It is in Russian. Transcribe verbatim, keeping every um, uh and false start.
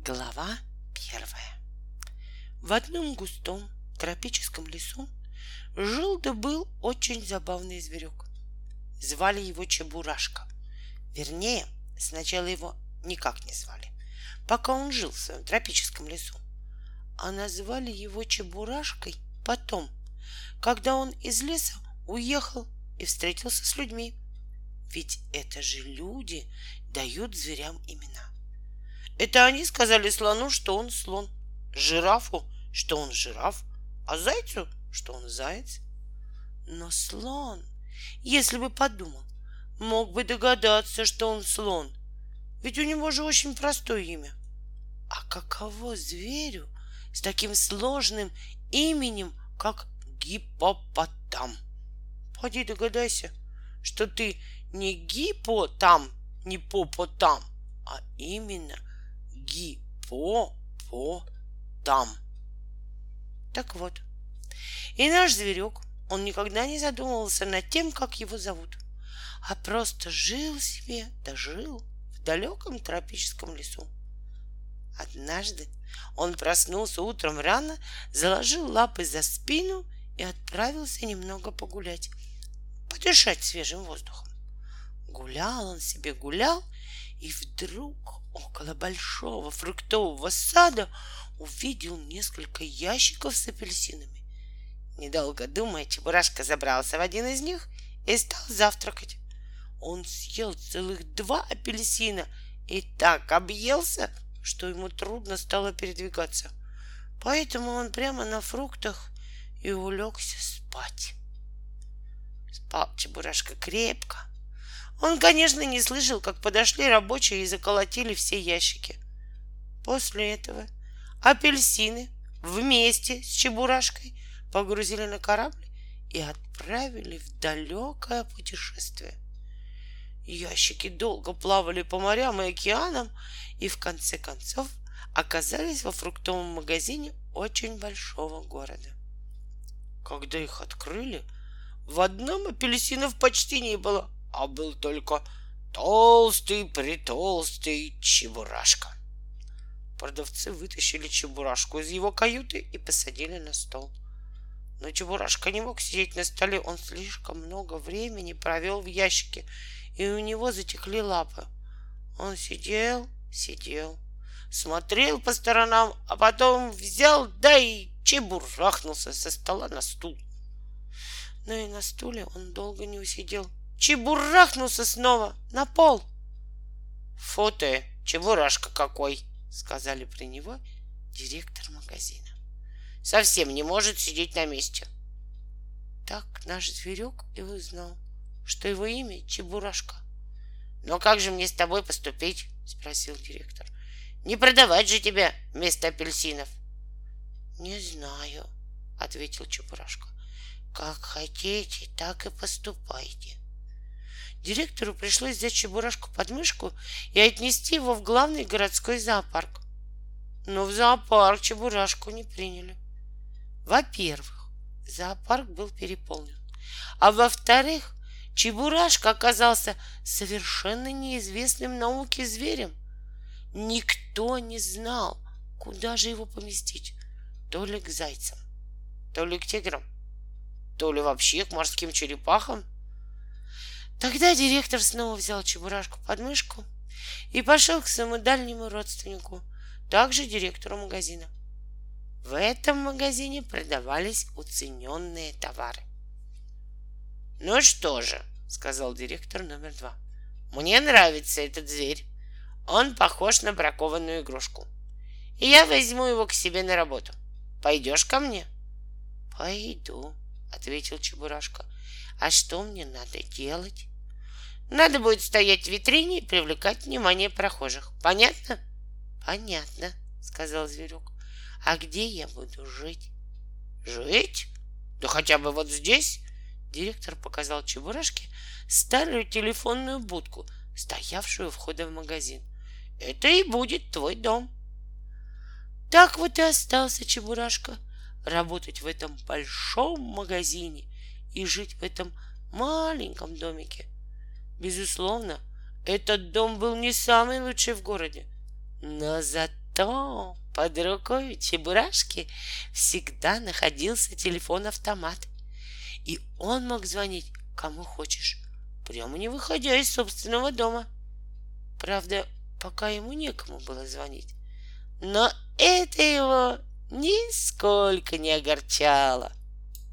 Глава первая. В одном густом тропическом лесу жил да был очень забавный зверек. Звали его Чебурашка. Вернее, сначала его никак не звали, пока он жил в своем тропическом лесу. А назвали его Чебурашкой потом, когда он из леса уехал и встретился с людьми. Ведь это же люди дают зверям имена. Это они сказали слону, что он слон, жирафу, что он жираф, а зайцу, что он заяц. Но слон, если бы подумал, мог бы догадаться, что он слон, ведь у него же очень простое имя. А каково зверю с таким сложным именем, как гиппопотам? Поди догадайся, что ты не гиппотам, не попотам, а именно гиппопотам. Так вот, и наш зверек, он никогда не задумывался над тем, как его зовут, а просто жил себе, да жил в далеком тропическом лесу. Однажды он проснулся утром рано, заложил лапы за спину и отправился немного погулять, подышать свежим воздухом. Гулял он себе, гулял, и вдруг около большого фруктового сада увидел несколько ящиков с апельсинами. Недолго думая, Чебурашка забрался в один из них и стал завтракать. Он съел целых два апельсина и так объелся, что ему трудно стало передвигаться. Поэтому он прямо на фруктах и улегся спать. Спал Чебурашка крепко. Он, конечно, не слышал, как подошли рабочие и заколотили все ящики. После этого апельсины вместе с Чебурашкой погрузили на корабль и отправили в далекое путешествие. Ящики долго плавали по морям и океанам и в конце концов оказались во фруктовом магазине очень большого города. Когда их открыли, в одном апельсинов почти не было, а был только толстый-притолстый Чебурашка. Продавцы вытащили Чебурашку из его каюты и посадили на стол. Но Чебурашка не мог сидеть на столе, он слишком много времени провел в ящике, и у него затекли лапы. Он сидел, сидел, смотрел по сторонам, а потом взял, да и чебурахнулся со стола на стул. Но и на стуле он долго не усидел. Чебурахнулся снова на пол. «Фу ты, Чебурашка какой!» — сказали при него директор магазина. «Совсем не может сидеть на месте». Так наш зверек и узнал, что его имя Чебурашка. «Но как же мне с тобой поступить?» — спросил директор. «Не продавать же тебя вместо апельсинов». «Не знаю», — ответил Чебурашка. «Как хотите, так и поступайте». Директору пришлось взять Чебурашку под мышку и отнести его в главный городской зоопарк. Но в зоопарк Чебурашку не приняли. Во-первых, зоопарк был переполнен, а во-вторых, Чебурашка оказался совершенно неизвестным науке зверем. Никто не знал, куда же его поместить: то ли к зайцам, то ли к тиграм, то ли вообще к морским черепахам. Тогда директор снова взял Чебурашку под мышку и пошел к своему дальнему родственнику, также директору магазина. В этом магазине продавались уцененные товары. «Ну что же», — сказал директор номер два, — «мне нравится этот зверь. Он похож на бракованную игрушку. И я возьму его к себе на работу. Пойдешь ко мне?» «Пойду», — ответил Чебурашка. «А что мне надо делать?» «Надо будет стоять в витрине и привлекать внимание прохожих. Понятно?» «Понятно», — сказал зверек. «А где я буду жить?» «Жить? Да хотя бы вот здесь». Директор показал Чебурашке старую телефонную будку, стоявшую у входа в магазин. «Это и будет твой дом». Так вот и остался Чебурашка работать в этом большом магазине и жить в этом маленьком домике. Безусловно, этот дом был не самый лучший в городе, но зато то под рукой у Чебурашки всегда находился телефон-автомат, и он мог звонить кому хочешь, прямо не выходя из собственного дома. Правда, пока ему некому было звонить, но это его нисколько не огорчало.